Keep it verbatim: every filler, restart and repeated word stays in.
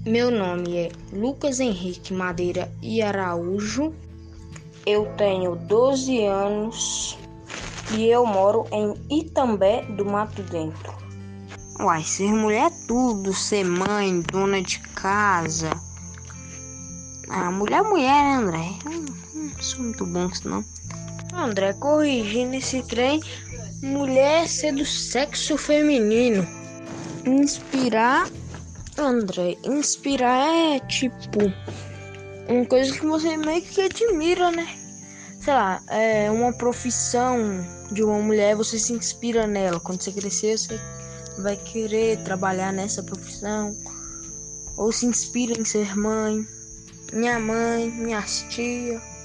Meu nome é Lucas Henrique Madeira e Araújo. Eu tenho doze anos e eu moro em Itambé do Mato Dentro. Uai, ser mulher é tudo, ser mãe, dona de casa. Ah, mulher é mulher, né, André? Hum, hum, não sou muito bom isso, não. André, corrigindo esse trem, mulher é ser do sexo feminino. Inspirar, André, inspirar é tipo uma coisa que você meio que admira, né? Sei lá, é uma profissão de uma mulher, você se inspira nela. Quando você crescer, você vai querer trabalhar nessa profissão. Ou se inspira em ser mãe. Minha mãe, minhas tias.